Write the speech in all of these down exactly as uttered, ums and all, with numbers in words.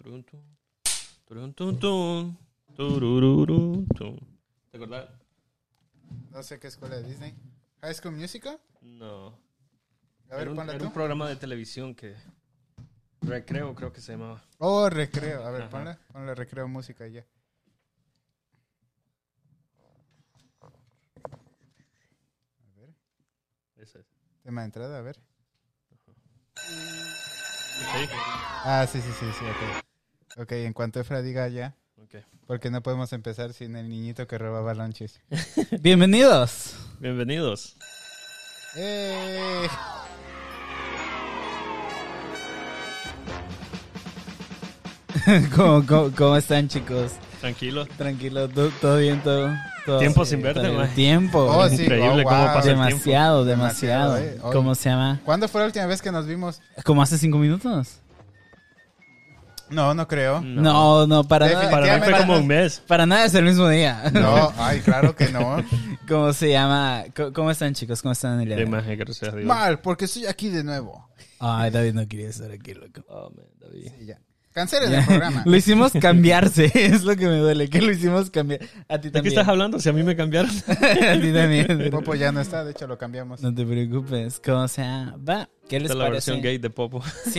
Turun, tun, turun, tun, tun, turururun, tun. ¿Te acordás? No sé qué escuela de Disney. ¿High School Musical? No. A ver, Era un, ponla era tú. un programa de televisión que... Recreo creo que se llamaba. Oh, Recreo. A ver, Ajá. ponla. Ponle Recreo Música ya. A ver. Ese es. Tema de entrada, a ver. Sí. Ah, sí, sí, sí, sí, ok. Ok, en cuanto Efra diga ya. Ok. Porque no podemos empezar sin el niñito que robaba lonches. Bienvenidos. Bienvenidos. ¡Eh! ¿Cómo, cómo, cómo están, chicos? Tranquilo. Tranquilo, ¿todo, todo bien? Todo, todo Tiempo sí, sin verte, todo bien. man. Tiempo. Oh, sí. Increíble Oh, cómo wow. pasa el tiempo. Demasiado, demasiado. Demasiado, eh. ¿Cómo se llama? ¿Cuándo fue la última vez que nos vimos? ¿Como hace cinco minutos? No, no creo. No, no, para nada. Para mí fue Definitivamente como un mes. Para nada es el mismo día. No, ay, claro que no. ¿Cómo se llama? ¿Cómo, cómo están, chicos? ¿Cómo están el día De de hoy? imagen, gracias a Dios. Mal, porque estoy aquí de nuevo. Ay, David no quería estar aquí, loco. Oh, man, David. Sí, ya. Cancelen Ya. el programa. Lo hicimos cambiarse, es lo que me duele, que lo hicimos cambiar. A ti ¿De qué también. estás hablando? Si a mí me cambiaron. A ti también. Popo ya no está, de hecho lo cambiamos. No te preocupes. ¿Cómo se llama? Va. ¿Qué les Esta es la parece? versión gay de Popo. Sí.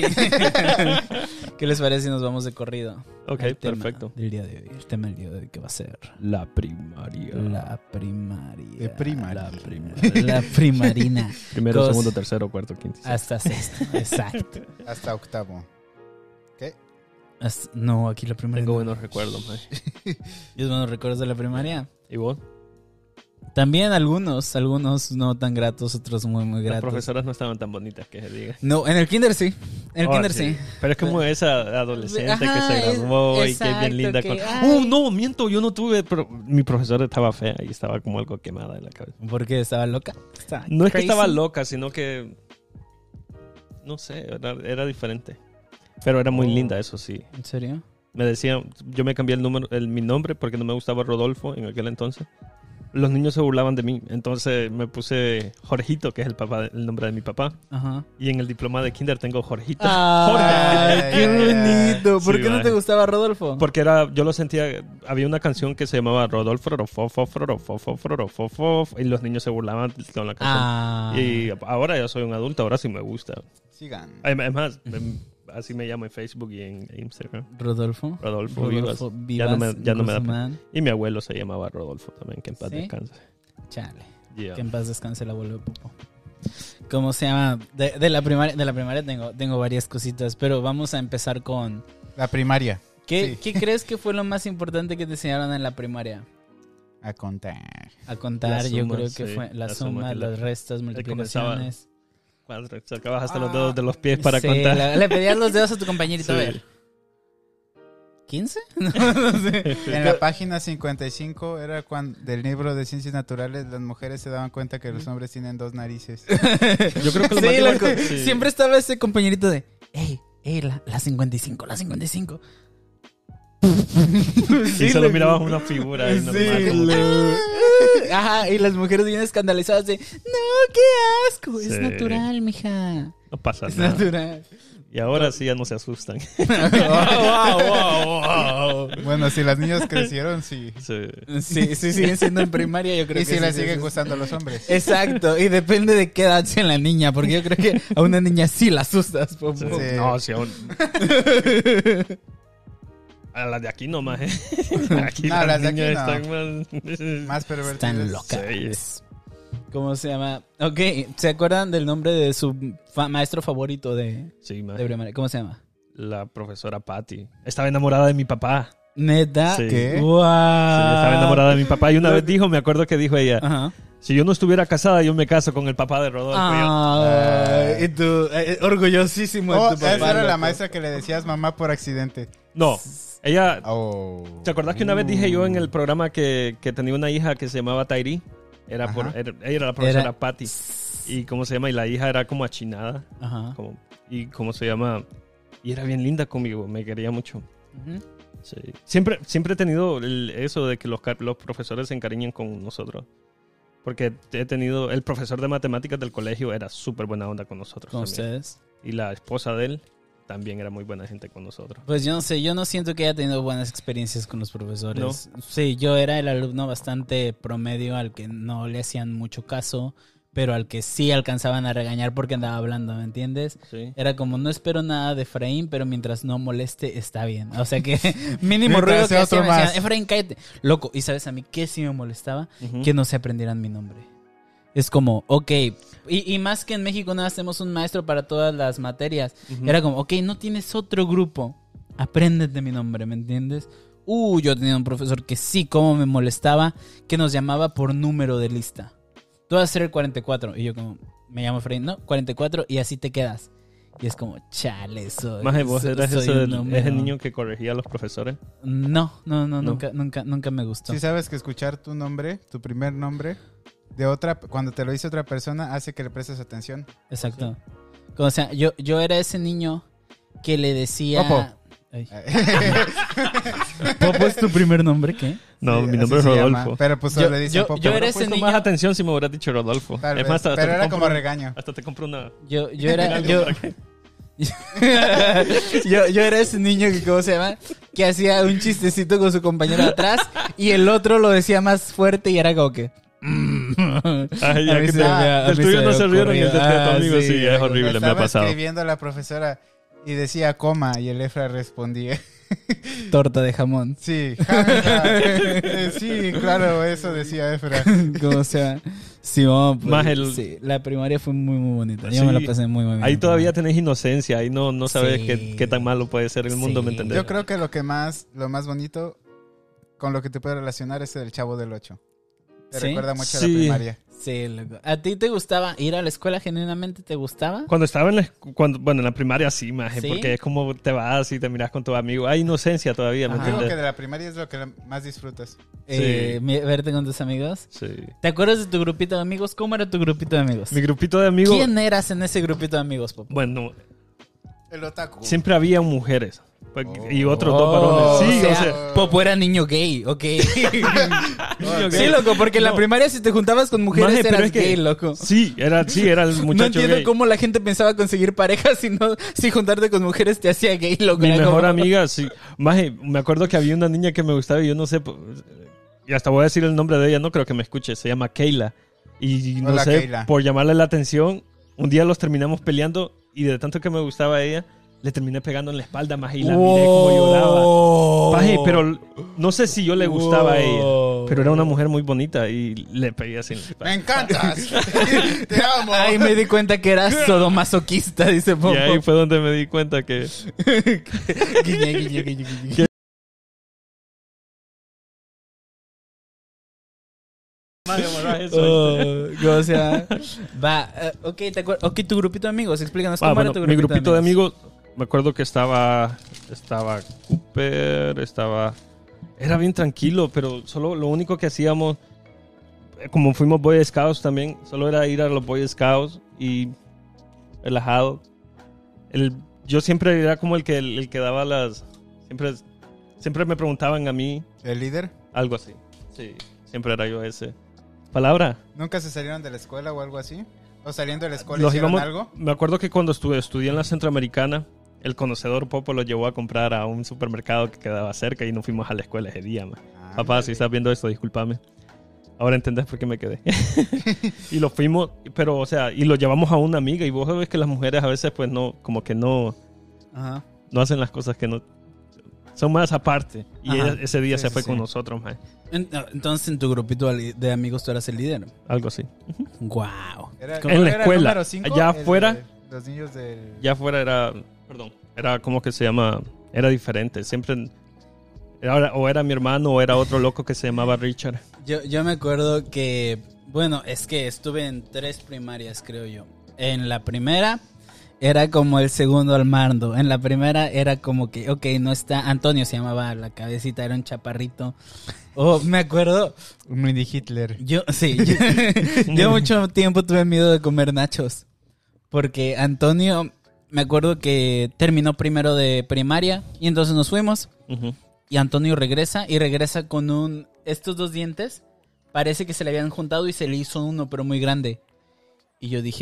¿Qué les parece si nos vamos de corrido? Ok, Al tema perfecto. Del día de hoy. El tema del día de hoy que va a ser La primaria. la primaria. De primaria. La primaria. La primarina. Primero, Cos- segundo, tercero, cuarto, quinto. sexto. Hasta sexto. Exacto. Hasta octavo. ¿Qué? Hasta- no, aquí la primaria. Tengo no. buenos recuerdos, man. ¿Tienes buenos recuerdos de la primaria? ¿Y vos? También algunos, algunos no tan gratos, otros muy, muy Las gratos. profesoras no estaban tan bonitas que se diga. No, en el kinder sí. En el Oh, kinder sí. Pero es como esa adolescente Ajá, que se graduó es- y que es bien linda. exacto, Con... que, ay. Oh, no, miento, yo no tuve, pero mi profesora estaba fea y estaba como algo quemada en la cabeza. Porque estaba loca. Estaba No es que crazy. estaba loca, sino que... No sé, era, era diferente. Pero era muy Oh. linda, eso sí. ¿En serio? Me decían, yo me cambié el número, el, mi nombre porque no me gustaba Rodolfo en aquel entonces. Los niños se burlaban de mí, entonces me puse Jorgito, que es el papá, el nombre de mi papá. Ajá. Y en el diploma de kinder tengo Jorgito. Ay, Jorge. qué bonito. ¿Por Sí, qué no man. te gustaba Rodolfo? Porque era, yo lo sentía, había una canción que se llamaba Rodolfo, Rodolfo, Rodolfo, Rodolfo, y los niños se burlaban con la canción. Ah. Y ahora ya soy un adulto, ahora sí me gusta. Sigan. Además, me- así me llamo en Facebook y en Instagram. Rodolfo. Rodolfo, Rodolfo Vivas. Ya no me, Vivas ya no me da pena. Guzmán. Y mi abuelo se llamaba Rodolfo también, que en paz ¿Sí? descanse. Chale. Yeah. Que en paz descanse el abuelo de Popo. ¿Cómo se llama? De, de la primaria, de la primaria tengo, tengo varias cositas, pero vamos a empezar con... La primaria. ¿Qué, Sí. ¿Qué crees que fue lo más importante que te enseñaron en la primaria? A contar. A contar, Las yo sumas, creo que sí. fue la Las suma, sumas y la- las restas, multiplicaciones. Cuando sacabas hasta los Ah. dedos de los pies para Sí, contar. la- le pedías los dedos a tu compañerito, a Sí. ver. ¿quince? No, no sé. En la página cincuenta y cinco era cuando del libro de Ciencias Naturales las mujeres se daban cuenta que los hombres tienen dos narices. Yo creo que lo Sí, más loco. divertido- sí. Siempre estaba ese compañerito de, ey, ey, la, la cincuenta y cinco, la cincuenta y cinco. Y solo mirabas una figura ahí normal, Sí, como que- lo- Ajá, y las mujeres bien escandalizadas de, no, qué asco, es Sí. natural, mija. no pasa Es nada. natural. Y ahora sí ya no se asustan. wow, wow, wow. Bueno, si las niñas crecieron, sí. Sí. Sí, sí, siguen siendo en primaria, yo creo Y que si sí, les sí, siguen sí. gustando los hombres. Exacto, y depende de qué edad sea la niña, porque yo creo que a una niña sí la asustas. Popo. Sí. Sí. No, si aún... A las de aquí nomás, ¿eh? Aquí No, las, las de niñas aquí están más... Más pervertidas. Están locas. Sí. ¿Cómo se llama? Ok, ¿se acuerdan del nombre de su fa- maestro favorito de, Sí, man. de primaria? ¿Cómo se llama? La profesora Patty. Estaba enamorada de mi papá. ¿Neta? Sí. ¿Qué? ¡Wow! Sí, estaba enamorada de mi papá. Y una vez dijo, me acuerdo que dijo ella, Ajá. si yo no estuviera casada, yo me caso con el papá de Rodolfo. Y yo, Ay, y tú, eh, orgullosísimo Oh, de tu papá. esa era la loco. maestra que le decías mamá por accidente. no, ella... Oh. ¿Te acordás que una vez dije yo en el programa que, que tenía una hija que se llamaba Tairi? Era por, Ajá. era, ella era la profesora Era- Patty. ¿Y cómo se llama? Y la hija era como achinada. Ajá. Como, y cómo se llama... Y era bien linda conmigo, me quería mucho. Ujú. Sí. Siempre, siempre he tenido el- eso de que los, ca- los profesores se encariñen con nosotros. Porque he tenido... El profesor de matemáticas del colegio era súper buena onda con nosotros. Con también. ustedes. Y la esposa de él también era muy buena gente con nosotros. Pues yo no sé, yo no siento que haya tenido buenas experiencias con los profesores. ¿No? Sí, yo era el alumno bastante promedio al que no le hacían mucho caso, pero al que sí alcanzaban a regañar porque andaba hablando, ¿me entiendes? Sí. Era como, no espero nada de Efraín, pero mientras no moleste, está bien. O sea que mínimo Mientras ruido que sea hacía, otro me decían, más. Efraín, cállate. Loco, ¿y sabes a mí qué sí me molestaba? Ujú. Que no se aprendieran mi nombre. Es como, ok, y, y más que en México no hacemos un maestro para todas las materias. Ujú. Era como, ok, no tienes otro grupo, apréndete mi nombre, ¿me entiendes? Uh, yo tenía un profesor que sí, como me molestaba, que nos llamaba por número de lista. Tú vas a ser el cuarenta y cuatro. Y yo como, me llamo Efraín, no, cuarenta y cuatro y así te quedas. Y es como, chale, soy, Maje, vos soy- eras soy ese un del- número. ese niño que corregía a los profesores. No, no, no, No. nunca, nunca, nunca me gustó. Sí sabes que escuchar tu nombre, tu primer nombre, de otra, cuando te lo dice otra persona, hace que le prestes atención. Exacto. O sea, yo, yo era ese niño que le decía... Popo. Ay. ¿Popo es tu primer nombre? ¿Qué? No, Sí, mi nombre es así se Rodolfo. llama, pero pues solo Yo- le dicen yo- Popo. yo era Hubiera ese puesto niño- más atención si me hubieras dicho Rodolfo. Tal es vez, más, hasta, hasta pero te era compro como un- regaño. Hasta te compro una... Yo, yo era... algo yo, para que- yo, yo era ese niño que, ¿cómo se llama? Que hacía un chistecito con su compañero de atrás y el otro lo decía más fuerte y era como que... mm. Ay, ya A mí que se te- me había- a del mí tuyo se no me se rieron y el de tu ocurrido. amigo Ah, sí, sí, es horrible, me ha Estaba pasado. escribiendo a la profesora y decía coma y el Efra respondía. Torta de jamón. Sí, janja. Eh, sí, claro, eso decía Efra. ¿Cómo se llama? Sí, oh, pues, Más el- sí, la primaria fue muy, muy bonita. Yo Sí, me la pasé muy, muy bien. Ahí todavía tenés inocencia, ahí no, no sabes Sí. qué, qué tan malo puede ser el mundo, Sí. ¿me entendés? Yo creo que lo que más, lo más bonito con lo que te puede relacionar es el Chavo del Ocho. Te ¿Sí? recuerda mucho a Sí. la primaria. Sí, loco. ¿A ti te gustaba ir a la escuela? ¿Genuinamente te gustaba? Cuando estaba en la, cuando, bueno, en la primaria sí, maje, ¿Sí? porque es como te vas y te miras con tu amigo. Hay inocencia todavía, ¿me Ajá. Digo que entiendes? de la primaria es lo que más disfrutas. Eh, mi- verte con tus amigos. Sí. ¿Te acuerdas de tu grupito de amigos? ¿Cómo era tu grupito de amigos? Mi grupito de amigos, ¿Quién eras en ese grupito de amigos, Popo? bueno, El otaku. siempre había mujeres pues, Oh. y otros dos varones. Sí, o sea, o sea, Popo era niño gay, ok. Niño Sí, gay. loco, porque en la No. primaria si te juntabas con mujeres Maje, pero eras es que- gay, loco. sí, era, sí, era el No muchacho entiendo gay. cómo la gente pensaba conseguir parejas si, no, si juntarte con mujeres te hacía gay, loco. Mi Era mejor como- amiga, sí. Maje, me acuerdo que había una niña que me gustaba y yo no sé, pues, y hasta voy a decir el nombre de ella, no creo que me escuche, se llama Keila. Y no Hola, sé, Keila. por llamarle la atención, un día los terminamos peleando y de tanto que me gustaba ella, le terminé pegando en la espalda, maje, y la miré como lloraba. Wow. Maje, pero no sé si yo le gustaba a ella, Wow. pero era una mujer muy bonita y le pegué así en la Me espalda. encantas. Te amo. Ahí me di cuenta que eras sodomasoquista, dice Popo. Y ahí fue donde me di cuenta que... Guiñe, guiñe, guiñe, guiñe. Maje, borra eso. Oh, o sea, va, eh, ok, te acuer- ok, tu grupito de amigos, explícanos Ah, cómo bueno, era tu mi grupito, grupito de amigos, me acuerdo que estaba, estaba Cooper, estaba, era bien tranquilo, pero solo lo único que hacíamos, eh, como fuimos Boy Scouts también, solo era ir a los Boy Scouts y relajado. El, yo siempre era como el que, el, el que daba las, siempre, siempre me preguntaban a mí ¿El líder? algo así. Sí, siempre era yo ese. ¿Palabra? ¿Nunca se salieron de la escuela o algo así? ¿O saliendo de la escuela Los hicieron íbamos- algo? Me acuerdo que cuando estuve, estudié en la Centroamericana, el conocedor Popo lo llevó a comprar a un supermercado que quedaba cerca y nos fuimos a la escuela ese día, man. Ah, Papá, si ándale. estás viendo esto, discúlpame. Ahora entendés por qué me quedé. Y lo fuimos, pero, o sea, y lo llevamos a una amiga y vos ves que las mujeres a veces, pues, no, como que no, Ajá. no hacen las cosas que no... Son más aparte. Y Ajá. ella ese día Sí, se sí, fue sí. con nosotros, man. En- no, Entonces en tu grupito de amigos tú eras el líder. Algo así. Wow. Era- En la era el escuela. número cinco, Allá el de afuera. Los niños del... Ya afuera era, perdón, era como que se llama, era diferente. Siempre, era, o era mi hermano o era otro loco que se llamaba Richard. Yo, yo me acuerdo que, bueno, es que estuve en tres primarias, creo yo. En la primera era como el segundo al mando. En la primera era como que, ok, no está, Antonio se llamaba la cabecita, era un chaparrito. Oh, me acuerdo, Un mini Hitler. yo, sí, yo, yo mucho tiempo tuve miedo de comer nachos. Porque Antonio, me acuerdo que terminó primero de primaria y entonces nos fuimos. Ujú. Y Antonio regresa y regresa con un... Estos dos dientes parece que se le habían juntado y se le hizo uno, pero muy grande. Y yo dije,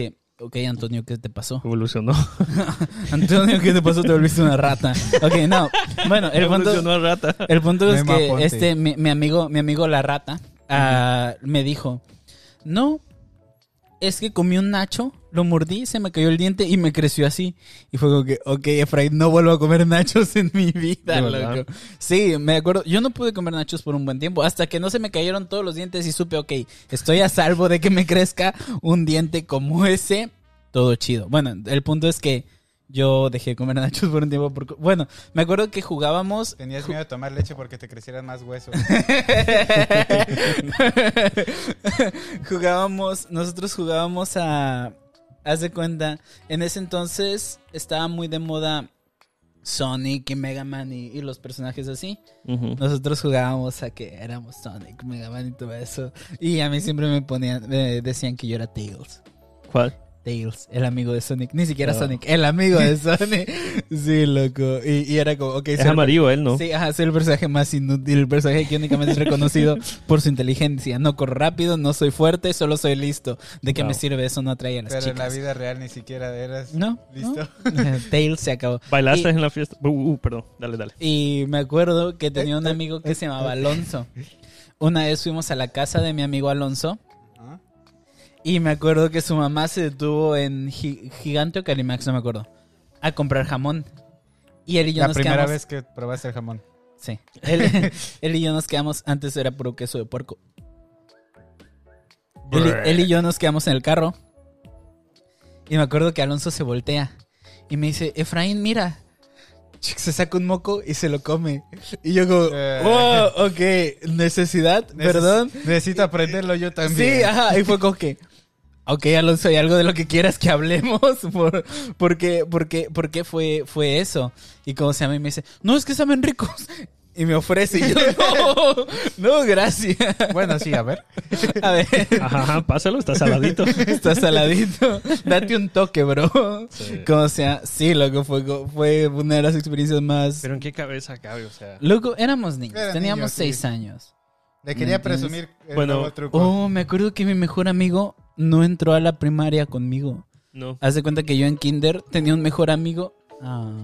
Ok, Antonio, ¿qué te pasó? Evolucionó. Antonio, ¿qué te pasó? Te volviste una rata. Ok, no. Bueno, el punto, Evolucionó a rata. el punto es Mema que Ponte. este, mi, mi amigo, mi amigo la rata, ah, me dijo, no, es que comí un nacho, lo mordí, se me cayó el diente y me creció así. Y fue como que, ok, Efraín, no vuelvo a comer nachos en mi vida, ¿De verdad? loco. Sí, me acuerdo. Yo no pude comer nachos por un buen tiempo, hasta que no se me cayeron todos los dientes y supe, ok, estoy a salvo de que me crezca un diente como ese. Todo chido. Bueno, el punto es que yo dejé de comer nachos por un tiempo. Por... Bueno, me acuerdo que jugábamos... Tenías miedo de tomar leche porque te crecieran más huesos. jugábamos, nosotros jugábamos a... Haz de cuenta, en ese entonces estaba muy de moda Sonic y Mega Man y, y los personajes así. Ujú. Nosotros jugábamos a que éramos Sonic, Mega Man y todo eso. Y a mí siempre me ponían, me decían que yo era Tails. ¿Cuál? Tails, el amigo de Sonic. Ni siquiera Oh. Sonic, el amigo de Sonic. Sí, loco. Y, y era como, ok, Es soy el- amarillo él, ¿no? Sí, ajá, soy el personaje más inútil, el personaje que únicamente es reconocido por su inteligencia. No corro rápido, no soy fuerte, solo soy listo. ¿De qué Wow. me sirve eso? No atrae a las Pero en la chicas. vida real ni siquiera eras No, listo. no. Tails se acabó. ¿Bailaste Y- en la fiesta? Uh, uh, perdón, dale, dale. Y me acuerdo que tenía un amigo que se llamaba Alonso. Una vez fuimos a la casa de mi amigo Alonso. ¿Ah? Y me acuerdo que su mamá se detuvo en Gi- Gigante o Calimax, no me acuerdo, a comprar jamón. Y él y yo La nos primera quedamos... vez que probaste el jamón. Sí. Él, él y yo nos quedamos... Antes era puro queso de puerco. Él, y- él y yo nos quedamos en el carro. Y me acuerdo que Alonso se voltea. Y me dice, Efraín, mira. Chic, se saca un moco y se lo come. Y yo como, Eh. oh, ok, necesidad, Neces- perdón. Necesito aprenderlo yo también. Sí, ajá, y fue como que, ok, Alonso, hay algo de lo que quieras que hablemos, por, porque, porque, porque fue, fue eso. Y como se llama y me dice, no, es que saben ricos. Y me ofrece y yo, no, no, gracias. Bueno, sí, a ver. A ver, Ajá, ajá, pásalo, está saladito. está saladito. Date un toque, bro. Sí. Como sea, sí, loco, fue, fue una de las experiencias más... Pero ¿en qué cabeza cabe? O sea, Loco, éramos niños, Eran teníamos niños, sí. seis años. Le quería ¿Me entiendes? presumir el Bueno, nuevo truco. Oh, me acuerdo que mi mejor amigo no entró a la primaria conmigo. no. Haz de cuenta que yo en kinder tenía un mejor amigo. Ah.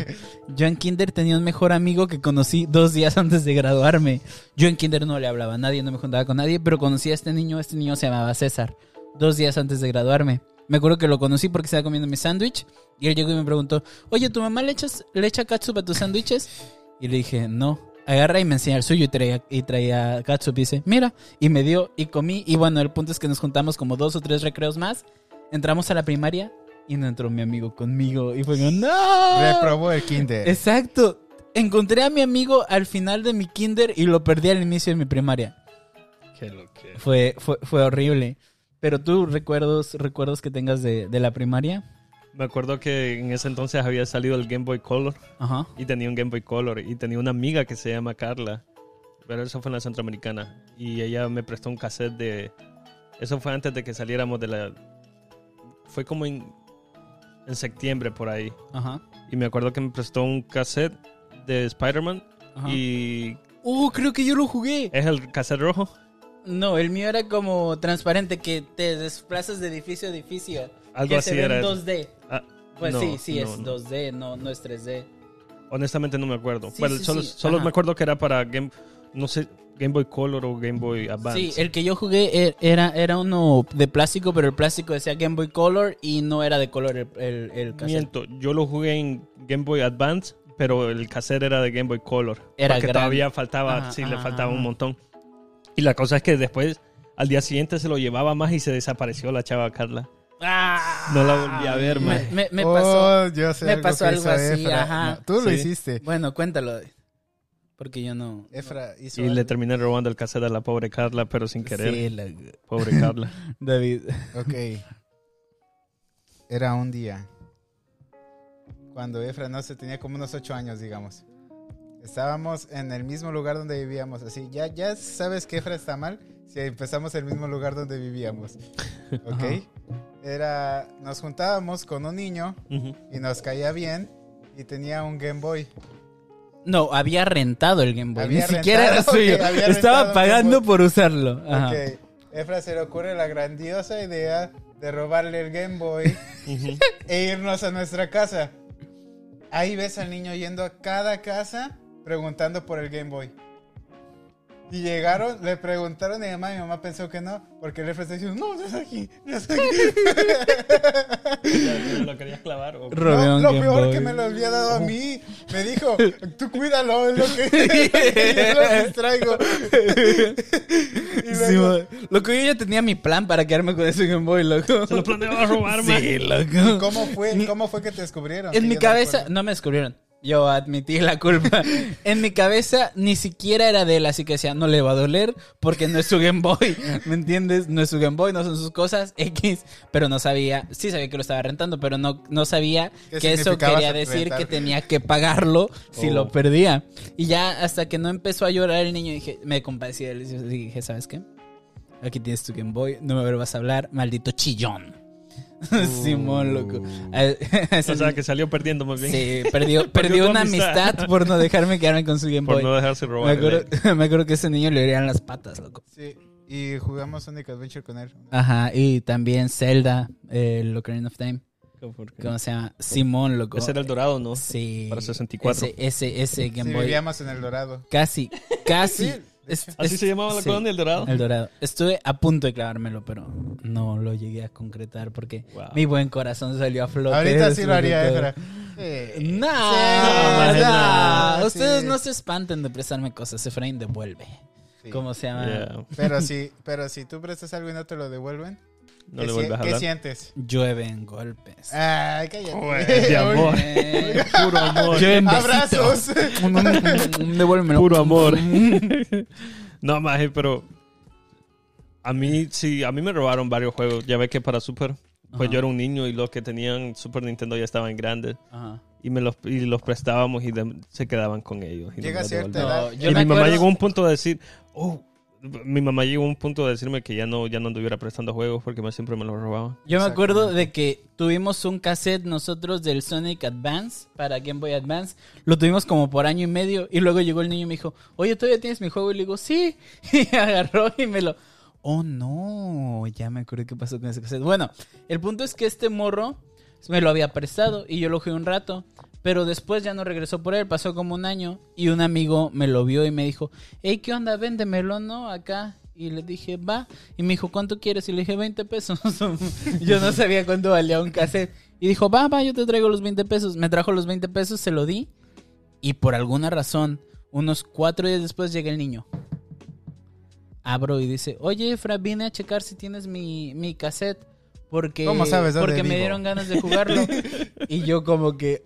Yo en kinder tenía un mejor amigo que conocí dos días antes de graduarme. Yo en kinder no le hablaba a nadie, no me juntaba con nadie, pero conocí a este niño, este niño se llamaba César, dos días antes de graduarme. Me acuerdo que lo conocí porque estaba comiendo mi sándwich y él llegó y me preguntó, oye, ¿tu mamá le, echas, le echa catsup a tus sándwiches? Y le dije, no. Agarra y me enseña el suyo y traía, y traía catsup y dice, mira, y me dio y comí. Y bueno, el punto es que nos juntamos como dos o tres recreos más, entramos a la primaria y no entró mi amigo conmigo. Y fue como, ¡no! Reprobó el kinder. Exacto. Encontré a mi amigo al final de mi kinder y lo perdí al inicio de mi primaria. Qué lo que... Fue, fue, fue horrible. Pero tú, recuerdos, recuerdos que tengas de, de la primaria. Me acuerdo que en ese entonces había salido el Game Boy Color Ajá. y tenía un Game Boy Color y tenía una amiga que se llama Carla, pero eso fue en la Centroamericana y ella me prestó un cassette de... Eso fue antes de que saliéramos de la... Fue como en, en septiembre por ahí Ajá. y me acuerdo que me prestó un cassette de Spider-Man Ajá. y Uh, creo que yo lo jugué. es el cassette rojo. No, el mío era como transparente, que te desplazas de edificio a edificio. Algo que así se ve era en eso. dos D. Ah, Pues no, sí, sí, no, es no. dos D, no, no es tres D. Honestamente no me acuerdo. Sí, Bueno, sí, solo sí. solo Ajá. me acuerdo que era para Game, no sé, Game Boy Color o Game Boy Advance. Sí, el que yo jugué e- era, era uno de plástico, pero el plástico decía Game Boy Color y no era de color el, el, el cassette. Miento, yo lo jugué en Game Boy Advance, pero el cassette era de Game Boy Color. Era porque grande. todavía faltaba, Ajá, sí, le ajá, faltaba ajá. un montón. Y la cosa es que después, al día siguiente se lo llevaba más y se desapareció la chava Carla. ¡Ah! No la volví a ver, man. Me, me, me Oh, pasó. yo sé me algo pasó que algo hizo así, Efra. ajá. No, tú lo Sí. hiciste. Bueno, cuéntalo. Porque yo no. Efra hizo Y le algo. terminé robando el cassette a la pobre Carla, pero sin querer. Sí, la- Pobre Carla. David. Ok. Era un día. Cuando Efra, no sé, tenía como unos ocho años, digamos. Estábamos en el mismo lugar donde vivíamos. Así, ya, ya sabes que Efra está mal si empezamos en el mismo lugar donde vivíamos. Ok. Ajá. Era, nos juntábamos con un niño Ujú. y nos caía bien y tenía un Game Boy. No, había rentado el Game Boy. Había Ni siquiera era rentado, suyo. ok, había rentado Estaba un pagando Game Boy. por usarlo. Ajá. Ok. Efra se le ocurre la grandiosa idea de de robarle el Game Boy Ujú. e irnos a nuestra casa. Ahí ves al niño yendo a cada casa preguntando por el Game Boy. Y llegaron, le preguntaron a mi mamá, y mi mamá pensó que no, porque el refresco dijo, no, no es aquí, no es aquí. ¿Lo querías clavar? O... Robé No, un lo Game peor Boy. que me lo había dado a mí. Me dijo, tú cuídalo, es lo que yo lo distraigo. Y Sí, luego, mo- loco, yo ya tenía mi plan para quedarme con ese Game Boy, loco. Se lo planeaba robar, man. Sí, loco. ¿cómo fue, ¿Cómo fue que te descubrieron? En Que mi yo no cabeza, recuerdo. no me descubrieron. Yo admití la culpa. En mi cabeza ni siquiera era de él, así que decía, no le va a doler porque no es su Game Boy. ¿Me entiendes? No es su Game Boy, no son sus cosas, X. Pero no sabía, sí sabía que lo estaba rentando, pero no, no sabía ¿Qué que eso significaba quería decir rentar? que tenía que pagarlo si Oh. lo perdía. Y ya hasta que no empezó a llorar el niño, dije, me compadecí de él y dije, ¿sabes qué? Aquí tienes tu Game Boy, no me vuelvas a hablar, maldito chillón. Simón, loco. A- a ese O sea, niño- que salió perdiendo más bien. Sí, perdió, perdió tu una amistad. amistad por no dejarme quedarme con su Game Por Boy. no dejarse me, robar. acuerdo, me acuerdo que ese niño le herían las patas, loco. Sí, y jugamos Sonic Adventure con él. Ajá, y también Zelda, el Ocarina of Time. ¿Cómo se llama? Simón, loco. Ese era el dorado, ¿no? Sí. Para sesenta y cuatro. Ese, ese, ese Game Sí, Boy. vivíamos en El Dorado. Casi, casi. Sí, Es- ¿Así es- se llamaba la sí, colonia, el dorado? El Dorado. Estuve a punto de clavármelo, pero no lo llegué a concretar porque Wow. mi buen corazón salió a flote. Ahorita sí después lo haría, de todo. Efra. Sí. No, Sí, no, sí. ustedes no se espanten de prestarme cosas. Efraín devuelve. Sí. ¿Cómo se llama? Yeah. Pero si, pero si tú prestas algo y no te lo devuelven, No ¿qué, le si- vuelves a ¿qué hablar. sientes? Llueven golpes. Ay, cállate. Joder, de amor. Eh, Puro amor. Llueven besitos. Abrazos. Devuélvemelo. Puro amor. No, maje, pero a mí sí, a mí me robaron varios juegos. Ya ves que para Super, pues Ajá. yo era un niño y los que tenían Super Nintendo ya estaban grandes Ajá. y me los y los prestábamos y de- se quedaban con ellos. Y no Llega me los cierta devolvían. edad. No, yo Y me mi mamá acuerdo- llegó a un punto de decir, oh, mi mamá llegó a un punto de decirme que ya no ya no anduviera prestando juegos porque me, siempre me los robaban. Yo me acuerdo Exactamente. de que tuvimos un cassette nosotros del Sonic Advance para Game Boy Advance. Lo tuvimos como por año y medio y luego llegó el niño y me dijo, oye, ¿todavía tienes mi juego? Y le digo, sí. Y agarró y me lo... Oh, no. Ya me acuerdo qué pasó con ese cassette. Bueno, el punto es que este morro me lo había prestado y yo lo jugué un rato. Pero después ya no regresó por él, pasó como un año y un amigo me lo vio y me dijo, hey, ¿qué onda? Véndemelo, ¿no? Acá. Y le dije, va. Y me dijo, ¿cuánto quieres? Y le dije, veinte pesos. Yo no sabía cuánto valía un cassette. Y dijo, va, va, yo te traigo los veinte pesos. Me trajo los veinte pesos, se lo di. Y por alguna razón, unos cuatro días después llega el niño. Abro y dice, oye, Efra, vine a checar si tienes mi, mi cassette. Porque, ¿Cómo sabes dónde porque me vivo? dieron ganas de jugarlo. Y yo como que,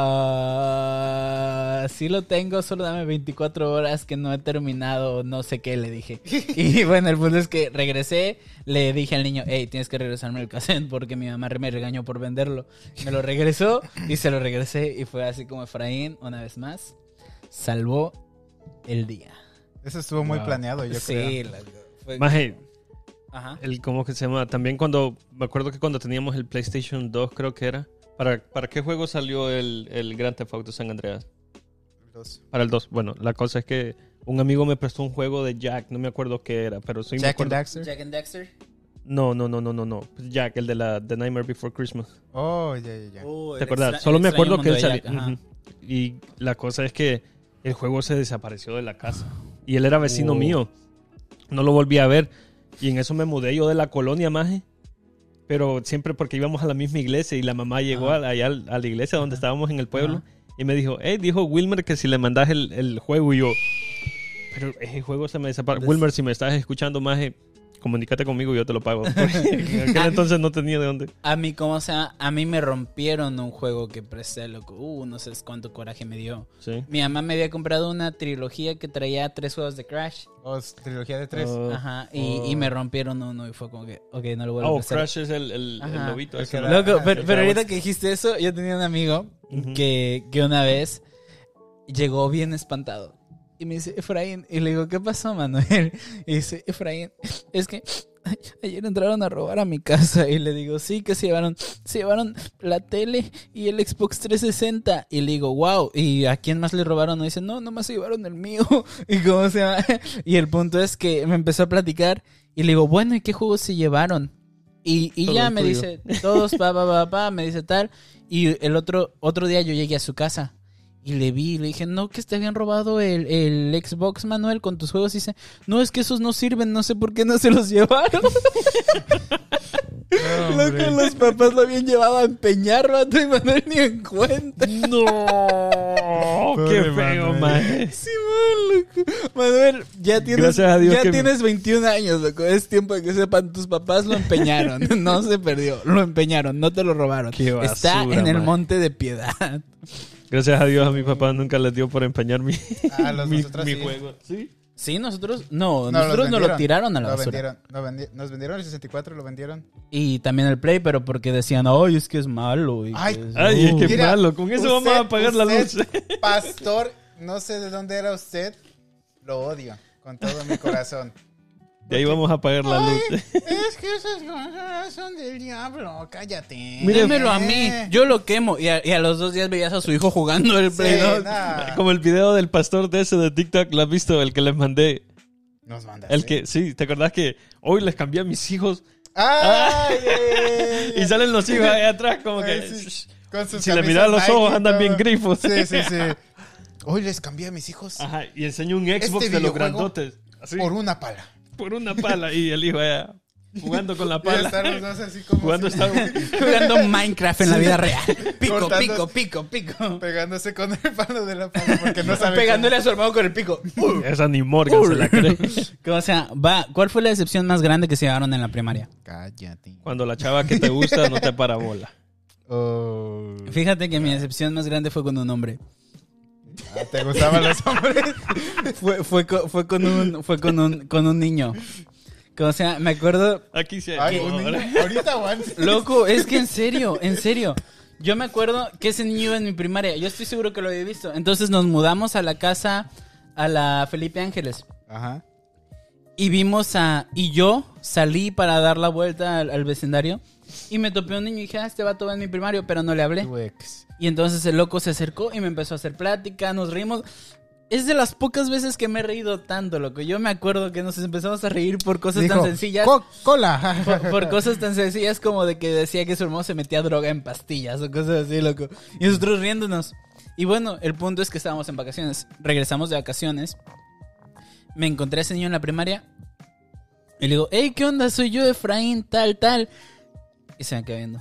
ah, sí lo tengo, solo dame veinticuatro horas que no he terminado, no sé qué, le dije. Y bueno, el punto es que regresé, le dije al niño, hey, tienes que regresarme el cassette porque mi mamá me regañó por venderlo. Me lo regresó y se lo regresé y fue así como Efraín, una vez más, salvó el día. Eso estuvo muy Wow. planeado, yo Sí, creo. loco, fue- Maje, Ajá. el cómo que se llama, también cuando me acuerdo que cuando teníamos el PlayStation dos, creo que era. ¿Para, para qué juego salió el, el Grand Theft Auto San Andreas? Los- Para el dos. Bueno, la cosa es que un amigo me prestó un juego de Jack, no me acuerdo qué era, pero sí me Jack and acuerdo. Daxter. Jack and Dexter. No, no, no, no, no, no. Jack, el de la The Nightmare Before Christmas. Oh, ya, ya, ya. Uh, ¿Te el acuerdas? extra- Solo el me extraño acuerdo que él mundo de salió. Jack, ajá. Ujú. Y la cosa es que el juego se desapareció de la casa. Y él era vecino Oh. mío. No lo volví a ver. Y en eso me mudé yo de la colonia, maje. Pero siempre porque íbamos a la misma iglesia y la mamá llegó Ajá. a- allá al- a la iglesia donde Ajá. estábamos en el pueblo. Ajá. Y me dijo, hey, dijo Wilmer que si le mandas el, el juego y yo... Pero ese juego se me desapareció. Des- Wilmer, si me estás escuchando, maje, comunícate conmigo y yo te lo pago. Porque en aquel entonces no tenía de dónde. A mí, ¿cómo se llama? A mí me rompieron un juego que presté, loco. Uh, no sé cuánto coraje me dio. Sí. Mi mamá me había comprado una trilogía que traía tres juegos de Crash. Oh, trilogía de tres. Oh. Ajá. Y, Oh. y me rompieron uno y fue como que, ok, no lo vuelvo a Oh, prestar. Crash es el, el, el Ajá. lobito. El ese, que ¿no? la- Loco, Ah, pero, sí, pero claro. ahorita que dijiste eso, yo tenía un amigo Ujú. que, que una vez llegó bien espantado. Y me dice, Efraín. Y le digo, ¿qué pasó, Manuel? Y dice, Efraín, es que ay, ayer entraron a robar a mi casa. Y le digo, sí, que se llevaron, se llevaron la tele y el Xbox trescientos sesenta. Y le digo, wow. ¿Y a quién más le robaron? Y dice, no, nomás se llevaron el mío. Y cómo se llama. Y el punto es que me empezó a platicar. Y le digo, bueno, ¿y qué juegos se llevaron? Y, y Todo ya el me tuyo. dice, todos, pa, pa, pa, pa, me dice tal. Y el otro, otro día yo llegué a su casa y le vi y le dije, no, que te habían robado el, el Xbox, Manuel, con tus juegos. Y dice, no, es que esos no sirven, no sé por qué no se los llevaron. No, Lo que los papás lo habían llevado a empeñar, vato, y Manuel ni en cuenta. No, qué Pobre feo, Manuel. man. Sí, man, loco. Manuel, ya tienes, Gracias a Dios ya que- tienes veintiún años, loco. Es tiempo de que sepan, tus papás lo empeñaron. No se perdió, lo empeñaron, no te lo robaron. Qué basura, Está en el man. monte de Piedad. Gracias a Dios a mi papá nunca les dio por empeñar mi, Ah, los mi, nosotros mi sí. juego. ¿Sí? Sí, nosotros, no, No, nosotros los nos lo vendieron. tiraron a la Lo basura. vendieron, lo vendi- nos vendieron el sesenta y cuatro, lo vendieron. Y también el Play, pero porque decían, ay, es que es malo. Y Ay, que es- Ay, Uh. qué Mira, malo. Con eso vamos a apagar la luz. usted, pastor, no sé de dónde era usted, lo odio con todo mi corazón. Y ahí vamos a apagar la Ay, luz. es que esas cosas son del diablo, cállate. Démelo a mí, Eh. yo lo quemo. Y a, y a los dos días veías a su hijo jugando el Sí, Play dos. nah. Como el video del pastor de ese de TikTok, ¿lo has visto? El que les mandé. Nos mandas. El que, sí, ¿te acordás que hoy les cambié a mis hijos? ¡Ay! ay, ay, Y salen los hijos ahí atrás como que... Ay, sí. Con sus Si le camisas miras los Nike ojos, y andan todo. bien grifos. Sí, sí, sí. Hoy les cambié a mis hijos Ajá, y enseño un Xbox Este de los videojuego grandotes. Así, por por, una pala. una pala. Y el hijo allá jugando con la Y estar pala. los dos así como Jugando si- Star Wars. Jugando Minecraft en la vida real. Pico, Cortando- pico, pico, pico. pegándose con el palo de la pala porque no sabe Pegándole a su hermano con el pico. Esa ni Morgan se la cree. O sea, va, ¿cuál fue la decepción más grande que se llevaron en la primaria? cómo. Cállate. Cuando la chava que te gusta no te para bola. Oh. Fíjate que mi decepción más grande fue con un hombre. Ah, ¿te gustaban los hombres? Fue, fue, co- fue con un, fue con un, con un niño. Que, o sea, me acuerdo, Aquí sí Ay, hay un amor. niño. Ahorita, Juan. loco, es que en serio, en serio. Yo me acuerdo que ese niño iba en mi primaria. Yo estoy seguro que lo había visto. Entonces nos mudamos a la casa, a la Felipe Ángeles. Ajá. Y vimos a... Y yo salí para dar la vuelta al, al vecindario. Y me topé un niño y dije, ah, este vato va en mi primario, pero no le hablé. Tu ex. Y entonces el loco se acercó y me empezó a hacer plática, nos reímos. Es de las pocas veces que me he reído tanto, loco. Yo me acuerdo que nos empezamos a reír por cosas Dijo, tan sencillas. "Co- cola. Por, por cosas tan sencillas como de que decía que su hermano se metía droga en pastillas o cosas así, loco. Y nosotros riéndonos. Y bueno, el punto es que estábamos en vacaciones. Regresamos de vacaciones. Me encontré a ese niño en la primaria. Y le digo, hey, ¿qué onda? Soy yo, Efraín, tal, tal. Y se me queda viendo.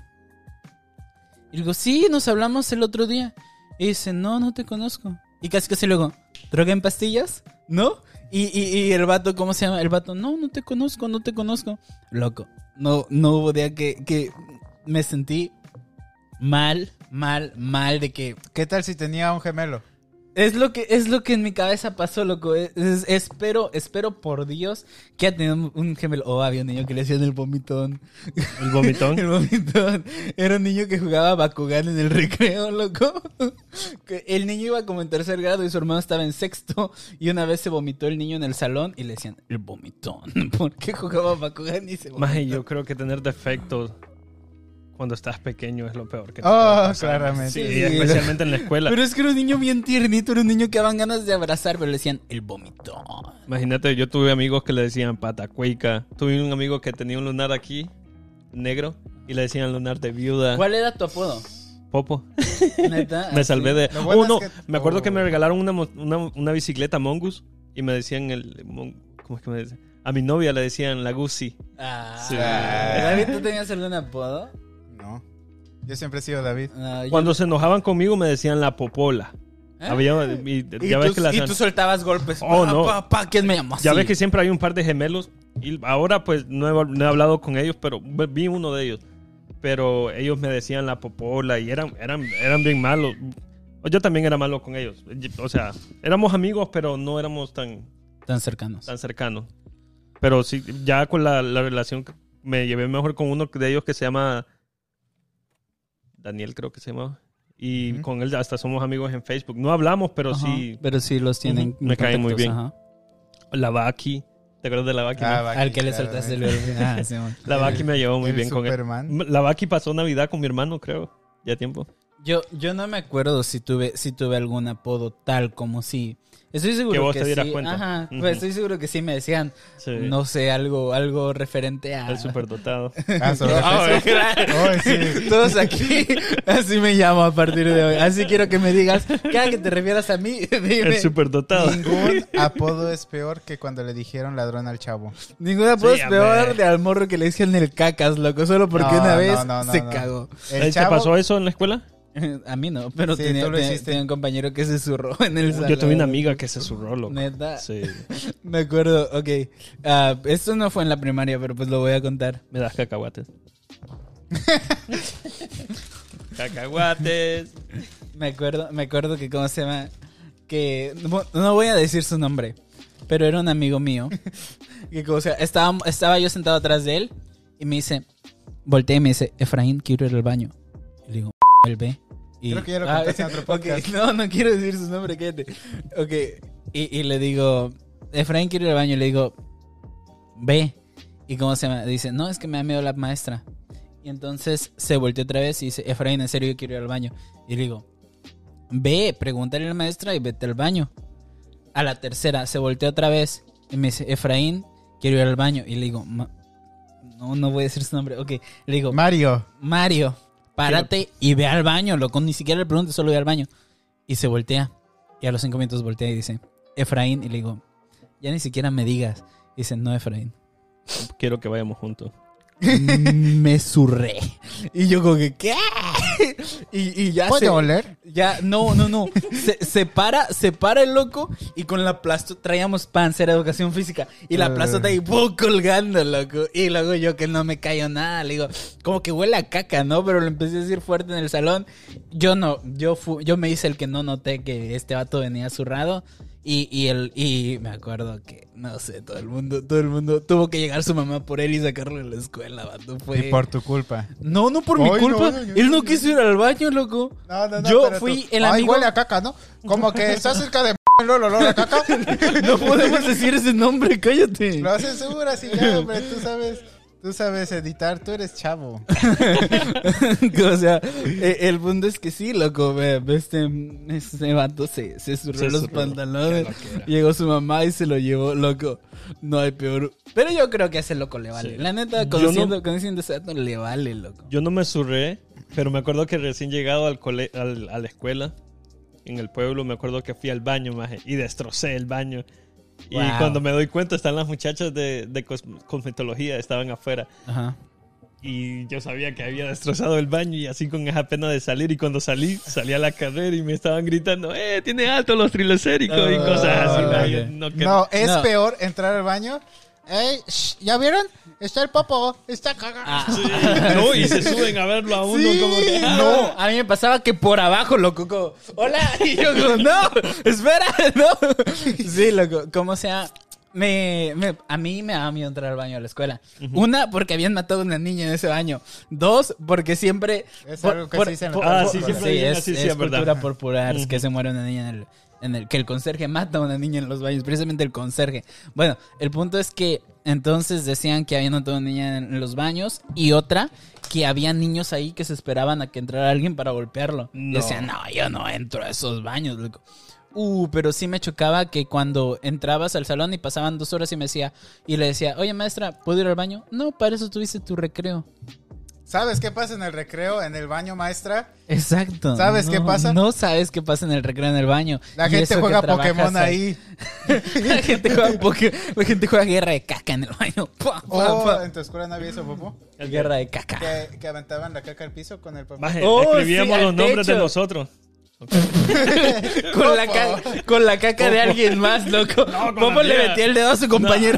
Y le digo, sí, nos hablamos el otro día. Y dice, no, no te conozco. Y casi casi luego, ¿droga en pastillas? ¿No? Y, y, y el vato, ¿cómo se llama? El vato, no, no te conozco, no te conozco. Loco, no, no hubo día que, que me sentí mal, mal, mal de que... ¿Qué tal si tenía un gemelo? Es lo que, es lo que en mi cabeza pasó, loco. Es- es- espero, espero por Dios que ha tenido un- un gemelo. Oh, había un niño que le hacían el vomitón. El vomitón. El vomitón. Era un niño que jugaba Bakugan en el recreo, loco. Que el niño iba como en tercer grado y su hermano estaba en sexto. Y una vez se vomitó el niño en el salón y le decían el vomitón. Porque jugaba Bakugan y se vomitó. Más yo creo que tener defectos cuando estás pequeño es lo peor que te Oh, puede pasar. claramente. Sí, Sí. especialmente en la escuela. Pero es que era un niño bien tiernito, era un niño que daban ganas de abrazar, pero le decían el vomitón. Imagínate, yo tuve amigos que le decían patacuica. Tuve un amigo que tenía un lunar aquí, negro, y le decían lunar de viuda. ¿Cuál era tu apodo? Popo. Neta. Me salvé de... Lo bueno Oh, no, es que- me acuerdo que me Oh. regalaron una, mo- una, una bicicleta Mongoose y me decían el... mon- ¿Cómo es que me decían? A mi novia le decían la Gucci. Ah, Sí. David, ¿tú tenías algún apodo? No. Yo siempre he sido David. No, yo- Cuando se enojaban conmigo me decían la popola. ¿Eh? Había, y, Y, ya ves tú, que las- y tú soltabas golpes. Oh, Pa, no. pa, pa, ¿quién me llamó así? ya ves que siempre hay un par de gemelos y ahora pues no he, no he hablado con ellos, pero vi uno de ellos. Pero ellos me decían la popola y eran, eran, eran bien malos. Yo también era malo con ellos. O sea, éramos amigos, pero no éramos tan, Tan cercanos. tan cercanos. Pero sí, ya con la, la relación me llevé mejor con uno de ellos que se llama Daniel, creo que se llama. Y Ujú. con él hasta somos amigos en Facebook. No hablamos, pero Ajá, sí. Pero sí los tienen. Ujú, me cae muy contactos, bien. ajá. La Baki. ¿Te acuerdas de la Baki? Ah, no? Baki, Al que le claro, soltaste el eh. verbo. Ah, sí, man. La Baki me llevó muy El bien con él. Superman. La Baki pasó Navidad con mi hermano, creo. Ya tiempo. Yo, yo no me acuerdo si tuve, si tuve algún apodo tal como si... Estoy seguro Que que, vos te dieras sí. cuenta. Ajá, Ujú. pues estoy seguro que sí me decían, Sí. no sé, algo, algo referente a... El superdotado. Ah, sobre Ah, eso. claro. Ay, sí. Todos aquí, así me llamo a partir de hoy. Así quiero que me digas, cada que te refieras a mí, dime. El superdotado. Ningún apodo es peor que cuando le dijeron ladrón al chavo. Ningún apodo Sí, es peor hombre. de al morro que le dijeron el cacas, loco, solo porque No, una no, vez no, no, se no. cagó. El ¿Te chavo, pasó eso en la escuela? A mí no, pero Sí, tenía, tú lo tenía- hiciste. tenía un compañero que se zurró en el salón. Yo tuve una amiga que se zurró, loco. Neta, Sí. me acuerdo, ok. Ah, esto no fue en la primaria, pero pues lo voy a contar. Me das cacahuates. Cacahuates. Me acuerdo, me acuerdo que, ¿cómo se llama? Que, no, no voy a decir su nombre, pero era un amigo mío. Que, como sea, estaba, estaba yo sentado atrás de él y me dice, volteé y me dice, Efraín, quiero ir al baño. Y le digo, él ve. Y, Creo que ya lo contaste en otro ok, podcast. no, no quiero decir su nombre, cállate. Ok, y, y le digo, Efraín, quiero ir al baño. Y le digo, ve. ¿Y cómo se llama? Dice, no, es que me da miedo la maestra. Y entonces se volteó otra vez y dice, Efraín, en serio, yo quiero ir al baño. Y le digo, ve, pregúntale a la maestra y vete al baño. A la tercera se volteó otra vez y me dice, Efraín, quiero ir al baño. Y le digo, "Ma- no, no voy a decir su nombre. Ok, le digo, Mario. Mario, párate y ve al baño, loco. Ni siquiera le preguntes, solo ve al baño. Y se voltea. Y a los cinco minutos voltea y dice, Efraín. Y le digo, ya ni siquiera me digas. Y dice, no, Efraín. Quiero que vayamos juntos. Me zurré. Y yo como que, ¿qué? Y, y ya ¿Puede se... oler? Ya, no, no, no. Se, se para, se para el loco y con la plastota, traíamos panza, era educación física. Y la Uh. plastota ahí, ¡pum!, colgando, loco. Y luego yo que no me cayó nada, le digo, como que huele a caca, ¿no? Pero lo empecé a decir fuerte en el salón. Yo no, yo fu yo me hice el que no noté que este vato venía zurrado. Y, y, el, y me acuerdo que, no sé, todo el mundo, todo el mundo, tuvo que llegar su mamá por él y sacarlo de la escuela, vato. Fue... Y por tu culpa. No, no por mi Ay, culpa. no, no, yo Él no no, quiso ir al baño, loco. No, no, no. Yo pero fui tú- el Ay, amigo... huele a caca, ¿no? Como que está cerca de el olor a caca. No podemos decir ese nombre, cállate. Lo censuras y ya, hombre. Tú sabes, tú sabes editar. Tú eres chavo. O sea, eh, el punto es que sí, loco. ve, ve, Este, este vato se, se zurró Se los zurró. pantalones. Qué loquera. Llegó su mamá y se lo llevó, loco. No hay peor. Pero yo creo que a ese loco le vale. Sí. La neta, Yo conociendo, no- conociendo ese vato, le vale, loco. Yo no me zurré, pero me acuerdo que recién llegado al cole al- a la escuela, en el pueblo, me acuerdo que fui al baño, maje, y destrocé el baño. Y Wow. cuando me doy cuenta, están las muchachas de, de cos- cosmetología, estaban afuera. Ajá. Y yo sabía que había destrozado el baño y así con esa pena de salir. Y cuando salí, salí a la carrera y me estaban gritando, ¡eh, tiene alto los trilocéricos! y Oh, cosas así. ok. ¿no? Yo no quedé- No, es No. peor entrar al baño. Ey, shh, ¿ya vieron? Está el popo. Está cagado. Ah. Sí, no, y se suben a verlo a uno Sí, como que... ¡ah! No, a mí me pasaba que por abajo, loco, como, hola, y yo como, no, espera, no. Sí, loco, como sea, me, me, a mí me daba miedo entrar al baño de la escuela. Una, porque habían matado a una niña en ese baño. Dos, porque siempre... Es algo que se dice en la Ah, película. sí, siempre dicen es, así, es sí, es verdad. cultura popular, es que Ujú. se muere una niña en el, en el... Que el conserje mata a una niña en los baños, precisamente el conserje. Bueno, el punto es que entonces decían que habían matado a una niña en los baños y otra que había niños ahí que se esperaban a que entrara alguien para golpearlo. Y No. decían, no, yo no entro a esos baños, loco. Uh, pero sí me chocaba que cuando entrabas al salón y pasaban dos horas y me decía, y le decía, oye maestra, ¿puedo ir al baño? No, para eso tuviste tu recreo. ¿Sabes qué pasa en el recreo, en el baño, maestra? Exacto. ¿Sabes No, qué pasa? No sabes qué pasa en el recreo en el baño. La Y gente eso que juega trabajas Pokémon ahí. la gente juega Poké- la gente juega guerra de caca en el baño. Pa, pa, Oh, pa. ¿en tu escuela no había eso, popo? Guerra de caca. Que, que aventaban la caca al piso con el papel. Maje, Oh, escribíamos sí, los al nombres de techo. nosotros. Con la, ca- con la caca de alguien más, loco. No, con Popo la le mía. metía el dedo a su compañero.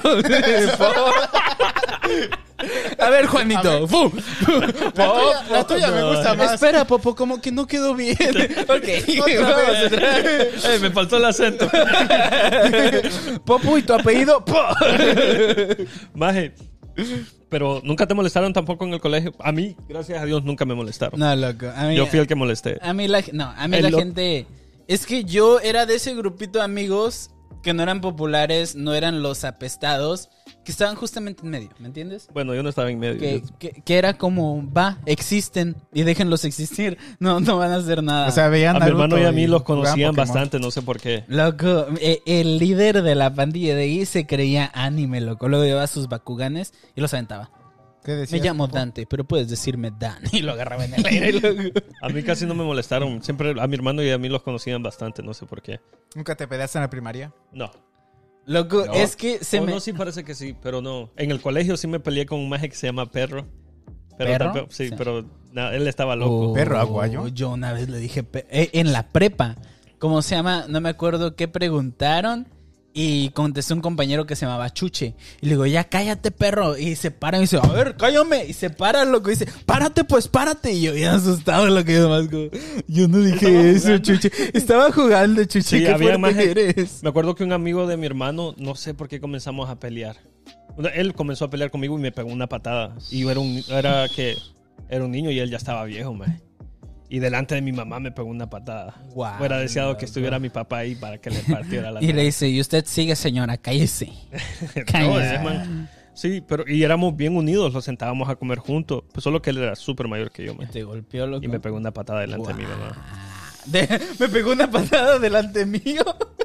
A ver, Juanito. Fu. La tuya, la tuya me no. gusta más. Espera, Popo, como que no quedó bien. Ok, Otra vamos vez. otra vez. Eh, me faltó el acento. Popo, ¿y tu apellido? Po. Maje, pero nunca te molestaron tampoco en el colegio. A mí, gracias a Dios, nunca me molestaron. No, loco. A mí, Yo fui el que molesté. A mí la, no, a mí El la lo- gente... Es que yo era de ese grupito de amigos que no eran populares, no eran los apestados, que estaban justamente en medio, ¿me entiendes? Bueno, yo no estaba en medio. Que, Yo- que, que era como, va, existen y déjenlos existir, no, no van a hacer nada. O sea, veían a mi Naruto hermano y a mí los jugaban conocían Pokémon. bastante, no sé por qué. Loco, eh, el líder de la pandilla de ahí se creía anime, loco. Luego llevaba sus Bakuganes y los aventaba. ¿Qué Me decías, llamo Popo? Dante, pero puedes decirme Dan. Y lo agarraba en el aire, loco. A mí casi no me molestaron. Siempre a mi hermano y a mí los conocían bastante, no sé por qué. ¿Nunca te peleaste en la primaria? No. Loco, No. es que se O me... no, sí parece que sí, pero no. En el colegio sí me peleé con un maje que se llama Perro. Pero ¿Perro? tampoco- sí, Sí. pero na, él estaba loco. Oh, ¿Perro aguayo? Yo una vez le dije, pe- eh, en la prepa, ¿cómo se llama? No me acuerdo qué preguntaron. Y contestó un compañero que se llamaba Chuche. Y le digo, ya cállate, perro. Y se para y dice, a ver, cállame. Y se para, loco. Y dice, párate, pues, párate. Y yo bien asustado, lo que yo más como, yo no Estaba dije eso, jugando. Chuche. Estaba jugando, Chuche. Sí, qué había fuerte más- eres. Me acuerdo que un amigo de mi hermano, no sé por qué comenzamos a pelear. Una- Él comenzó a pelear conmigo y me pegó una patada. Y yo era un, era que, era un niño y él ya estaba viejo, maje. Y delante de mi mamá me pegó una patada. Guau, Fuera deseado loco. que estuviera mi papá ahí para que le partiera la Y le cara. dice, y usted sigue, señora, cállese. No, Cállese. ese man- sí, pero y éramos bien unidos, los sentábamos a comer juntos. Pues solo que él era súper mayor que yo, Y maje. te golpeó, loco. Y me pegó una patada delante de mi Guau. mamá. De- me pegó una patada delante mío.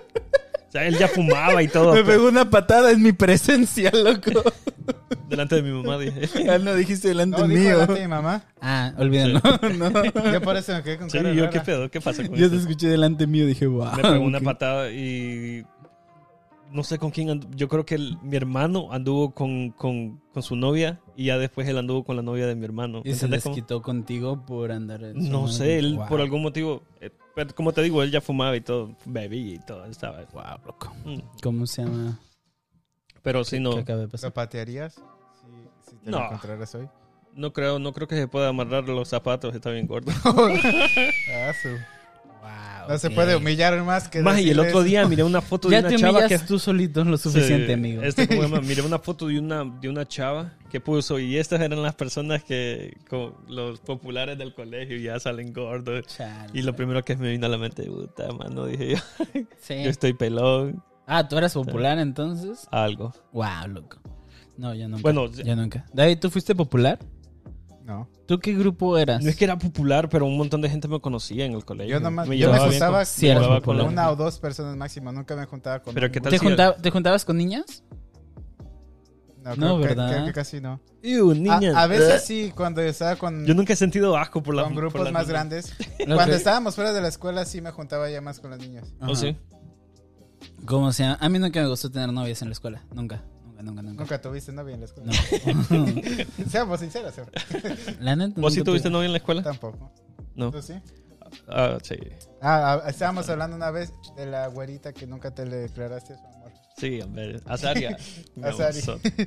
O sea, él ya fumaba y todo. Me pero- pegó una patada en mi presencia, loco. delante de mi mamá dije. Ah, no dijiste delante No, dijo mío. delante de mi mamá. Ah, olvídalo. No. Yo por eso me quedé con Sí, cara yo rara. qué pedo, ¿qué pasa con Yo te esto? escuché delante mío, dije, wow. Me pegó una patada y no sé con quién andu- yo creo que el- mi hermano anduvo con, con, con su novia y ya después él anduvo con la novia de mi hermano. Y se ¿Entendés cómo? desquitó contigo por andar en su No madre. sé, él Wow. por algún motivo, eh, pero como te digo, él ya fumaba y todo, bebía y todo, estaba. Wow, loco. Mm. ¿Cómo se llama? Pero sí, ¿Qué no, acaba de ¿Lo pasar? patearías? Si, si te No. lo encontraras hoy. no creo, no creo que se pueda amarrar los zapatos, está bien gordo. Ah, su- Wow, No se ok. puede humillar más que Más y el decirles- otro día miré una foto de Ya una te chava humillas que tú solito lo suficiente, Sí, amigo. Este, ¿cómo se llama? Miré una foto de una, de una chava que puso y estas eran las personas que, como los populares del colegio, ya salen gordos. Chale. Y lo primero que me vino a la mente, puta, mano, dije yo, Sí. yo estoy pelón, Ah, ¿tú eras popular entonces? algo. Wow, loco. No, ya nunca. Bueno, ya nunca. David, ¿tú fuiste popular? No. ¿Tú qué grupo eras? no es que era popular, pero un montón de gente me conocía en el colegio. Yo nomás- me yo me llevaba bien juntaba con- Sí, eras llevaba popular. con la- Una o dos personas máximo. Nunca me juntaba con Pero un ¿qué tal ¿Te, si- junta- ¿Te juntabas con niñas? No, No, creo que- ¿verdad? creo que casi no. Iu, niña. A, a veces sí, cuando estaba con, Yo nunca he sentido asco por la con por grupos la- más grandes. Lo Cuando que- estábamos fuera de la escuela sí me juntaba ya más con los niños. ¿Oh, Ajá. sí? ¿Cómo se llama? A mí nunca me gustó tener novias en la escuela. Nunca. Nunca, nunca, nunca. Nunca tuviste novia en la escuela. No. Seamos sinceros, Efra. La neta. ¿Vos sí nunca tuviste tuve- novia en la escuela? Tampoco. No. ¿Tú sí? Ah, sí. Ah, ah, estábamos hablando una vez de la güerita que nunca te le declaraste su amor. Sí, hombre. Azaria. Me Azari. gustó. O sea,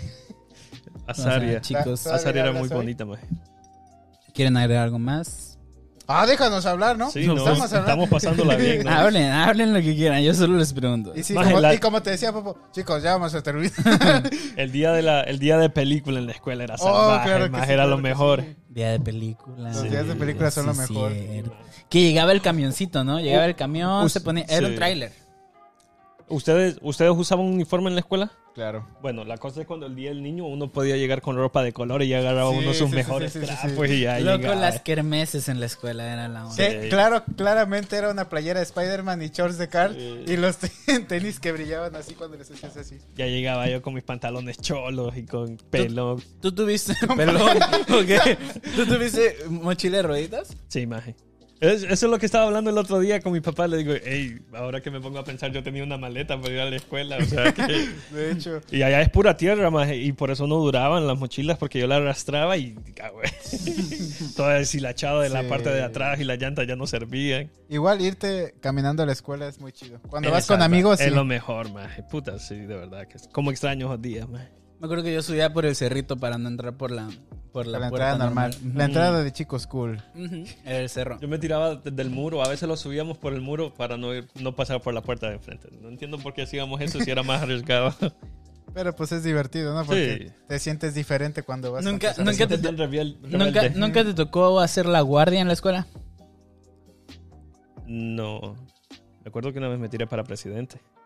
Azaria. chicos, ¿Todavía Azaria era hablas muy hoy? bonita, maje. ¿quieren agregar algo más? Ah, déjanos hablar, ¿no? Sí, no, Estamos estamos, hablando. pasándola bien, ¿no? Hablen, hablen lo que quieran. Yo solo les pregunto. Y, sí, Maje, como, la- y como te decía, Popo, chicos, ya vamos a terminar. El día de la, el día de película en la escuela era Oh, salvaje, claro que maje, sí, era claro lo que mejor. sí. Día de película. Los días de película son lo mejor. cierto. Que llegaba el camioncito, ¿no? Llegaba el camión, Uh, se ponía... Era un sí. tráiler. ¿Ustedes, ¿Ustedes usaban un uniforme en la escuela? Claro. Bueno, la cosa es cuando el día del niño uno podía llegar con ropa de color y ya agarraba Sí, uno sus sí, sí, mejores sí, sí, sí, trapos y ya Loco, llegaba. las kermeses en la escuela era la onda. Sí. Que, claro, claramente era una playera de Spider-Man y shorts de Carl Sí. y los tenis que brillaban así cuando les hacías así. Ya llegaba yo con mis pantalones cholos y con pelo. ¿Tú tuviste pelón? ¿O qué? ¿Tú tuviste mochila de rueditas? Sí, maje. Es- eso es lo que estaba hablando el otro día con mi papá. Le digo, hey, ahora que me pongo a pensar, yo tenía una maleta para ir a la escuela. O sea, que... De hecho, Y allá es pura tierra, maje, y por eso no duraban las mochilas, porque yo la arrastraba y ah, güey, todo deshilachado de la Sí. parte de atrás y las llantas ya no servían. igual irte caminando a la escuela es muy chido. Cuando Es vas con salva- amigos, sí. Es lo mejor, maje. Puta, sí, de verdad. que es- Como extraño esos días, maje. Me acuerdo que yo subía por el cerrito para no entrar por la, por la, la puerta entrada normal. Ujú. La entrada de chicos cool. Ujú. El cerro. Yo me tiraba desde el muro, a veces lo subíamos por el muro para no, ir- no pasar por la puerta de enfrente. No entiendo por qué hacíamos eso si era más arriesgado. Pero pues es divertido, ¿no? Porque Sí. te sientes diferente cuando vas Nunca- con tus nunca amigos. te- Bien rebel- ¿Nunca, rebelde. ¿Nunca te tocó hacer la guardia en la escuela? No. Me acuerdo que una vez me tiré para presidente.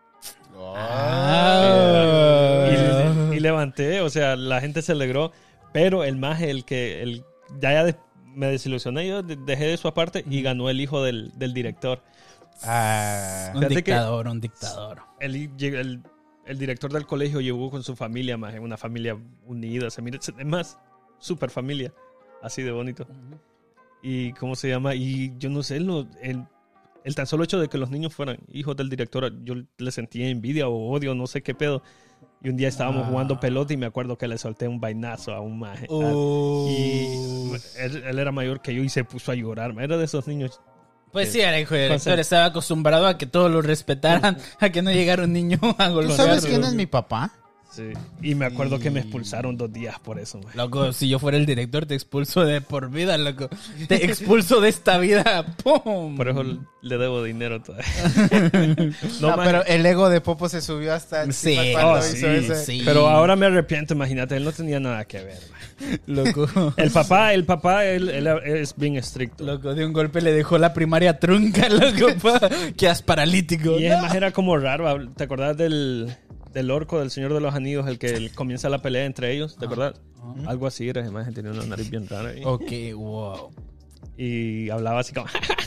Ah. Y, le- y levanté, o sea, la gente se alegró, pero el maje, el que, el, ya, ya de- me desilusioné, yo de- dejé de su aparte y ganó el hijo del, del director. Ah, Un Fíjate que- dictador, un dictador. El, el, el director del colegio llegó con su familia, maje, una familia unida, se mira, es más, super familia, así de bonito. Y cómo se llama, y yo no sé, lo, el, el tan solo hecho de que los niños fueran hijos del director, yo le sentía envidia o odio, no sé qué pedo. Y un día estábamos Ah. jugando pelota y me acuerdo que le solté un vainazo a un maje. Oh. Y él, él era mayor que yo y se puso a llorar. Era de esos niños. Pues sí, era hijo de director, Con- estaba acostumbrado a que todos lo respetaran, a que no llegara un niño a ¿tú golpearlo. sabes quién es mi papá? Sí. Y me acuerdo que me expulsaron dos días por eso, maje. Loco, si yo fuera el director te expulso de por vida, loco. Te expulso de esta vida. ¡Pum! Por eso le debo dinero todavía. No, maje. pero el ego de Popo se subió hasta Sí, encima cuando oh, hizo sí, ese. sí. Pero ahora me arrepiento, imagínate, él no tenía nada que ver, maje. Loco. El papá, el papá, él, él es bien estricto. Loco, de un golpe le dejó la primaria trunca, loco. pa. Quedas paralítico. Y además era como raro. ¿Te acordás del, del orco, del Señor de los Anillos, el que el- comienza la pelea entre ellos? ¿Te acordás? Algo así era, además tenía una nariz bien rara. Y, Ok, wow. y hablaba así como...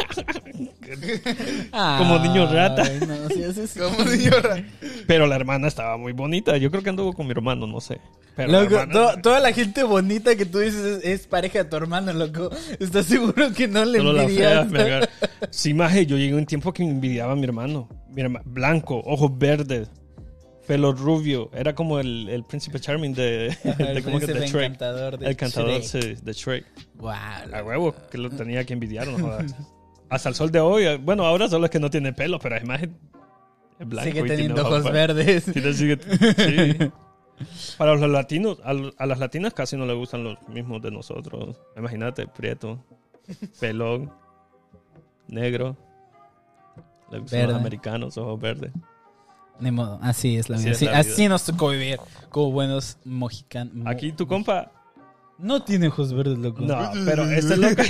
Ay, Como niño rata. No, sí, sí, sí. Como niño raro. Pero la hermana estaba muy bonita. Yo creo que anduvo con mi hermano, no sé. Pero la Loco, hermana- to- toda la gente bonita que tú dices es, es pareja de tu hermano, loco. ¿Estás seguro que no le Solo la fea envidias? me agarra. Sí, maje, yo llegué a un tiempo que me envidiaba a mi hermano. Mi herma- blanco, ojos verdes, pelo rubio. Era como el, el príncipe Charming de, de, El ¿cómo que? de príncipe Shrek. encantador de El cantador, Shrek. sí, de Shrek. Wow. A huevo, que lo tenía que envidiar, no jodas. Hasta el sol de hoy, bueno, ahora solo es que no tiene pelo, pero además es es blanco. Sigue y tiene teniendo ojos ver- verdes. Tiene- sigue- sí. Para los latinos, a, a las latinas casi no le gustan los mismos de nosotros. Imagínate, prieto, pelón, negro. Le gustan Verde. los americanos, ojos verdes. Ni modo, así es la Así vida. es Así, la vida. así nos tocó vivir como buenos mojicanos. Aquí tu compa, No tiene ojos verdes, loco. no, pero este es loco.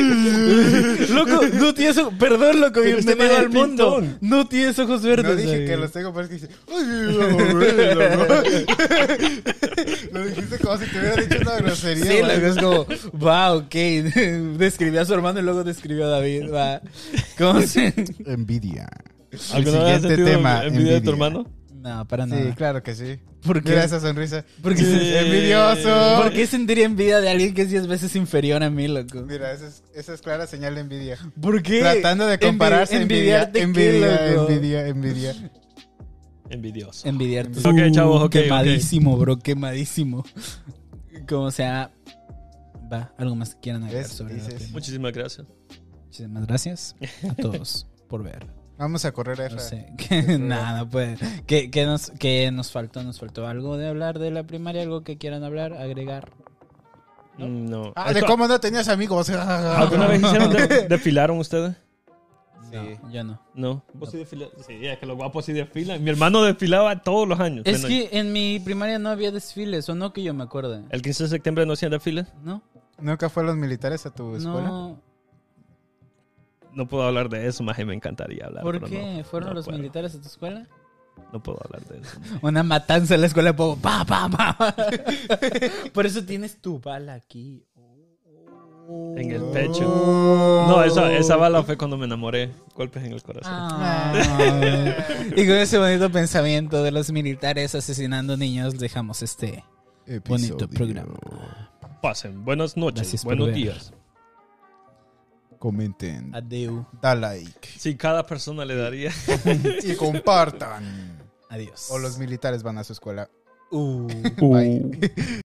Loco, no tienes ojos... Perdón, loco, Pero este bienvenido maje al mundo. pintón. No tienes ojos verdes. No dije güey. que los tengo, pero es que dice... "Ay, loco". Lo dijiste como si te hubiera dicho una grosería. Sí, güey. loco, es como, wow, ok. Describió a su hermano y luego describió a David. Va. ¿Cómo se...? Envidia. ¿Alguna vez has siguiente sentido tema, envidia de tu envidia. hermano? No, para Sí, nada. claro que sí. ¿Por qué? Mira esa sonrisa. Porque Sí. Envidioso. ¿Por qué sentiría envidia de alguien que es diez veces inferior a mí, loco? Mira, esa es, esa es clara señal de envidia. ¿Por qué? Tratando de compararse, Envi- envidia, envidiarte envidia, qué, loco? envidia, envidia. Envidioso. Envidiarte. Ok, chavos, ok, ok. Quemadísimo, bro, quemadísimo. Como sea... Va, algo más que quieran agregar ¿Ves? sobre la Dices. prima? Muchísimas gracias. Muchísimas gracias a todos por ver. Vamos a correr, No Efra. sé, que, nada, pues. ¿Qué, qué nos, ¿Qué nos faltó? ¿Nos faltó algo de hablar de la primaria? ¿Algo que quieran hablar, agregar? No. no. Ah, de Esto- cómo no tenías amigos. ¿Alguna vez hicieron de- desfilaron ustedes? Sí. No, yo no. No. ¿Vos sí desfilas? Sí, es que los guapos sí desfilan. Mi hermano desfilaba todos los años. Es Bueno, que en mi primaria no había desfiles, o no que yo me acuerde. ¿El quince de septiembre no hacían desfiles? ¿No? ¿Nunca fue los militares a tu escuela? No. No puedo hablar de eso, más me encantaría hablar. ¿Por pero qué? no, ¿Fueron no los puedo. militares a tu escuela? No puedo hablar de eso. Una matanza en la escuela de Popo. Pa, pa, pa. Por eso tienes tu bala aquí. En el pecho. No, esa, esa bala fue cuando me enamoré. Golpes en el corazón. Ah. Y con ese bonito pensamiento de los militares asesinando niños, dejamos este bonito programa. Pasen. Buenas noches. Gracias por Buenos ver. días. Comenten. Adeu. Da like. Si cada persona le daría. Y compartan. Adiós. O los militares van a su escuela. Uh. Bye.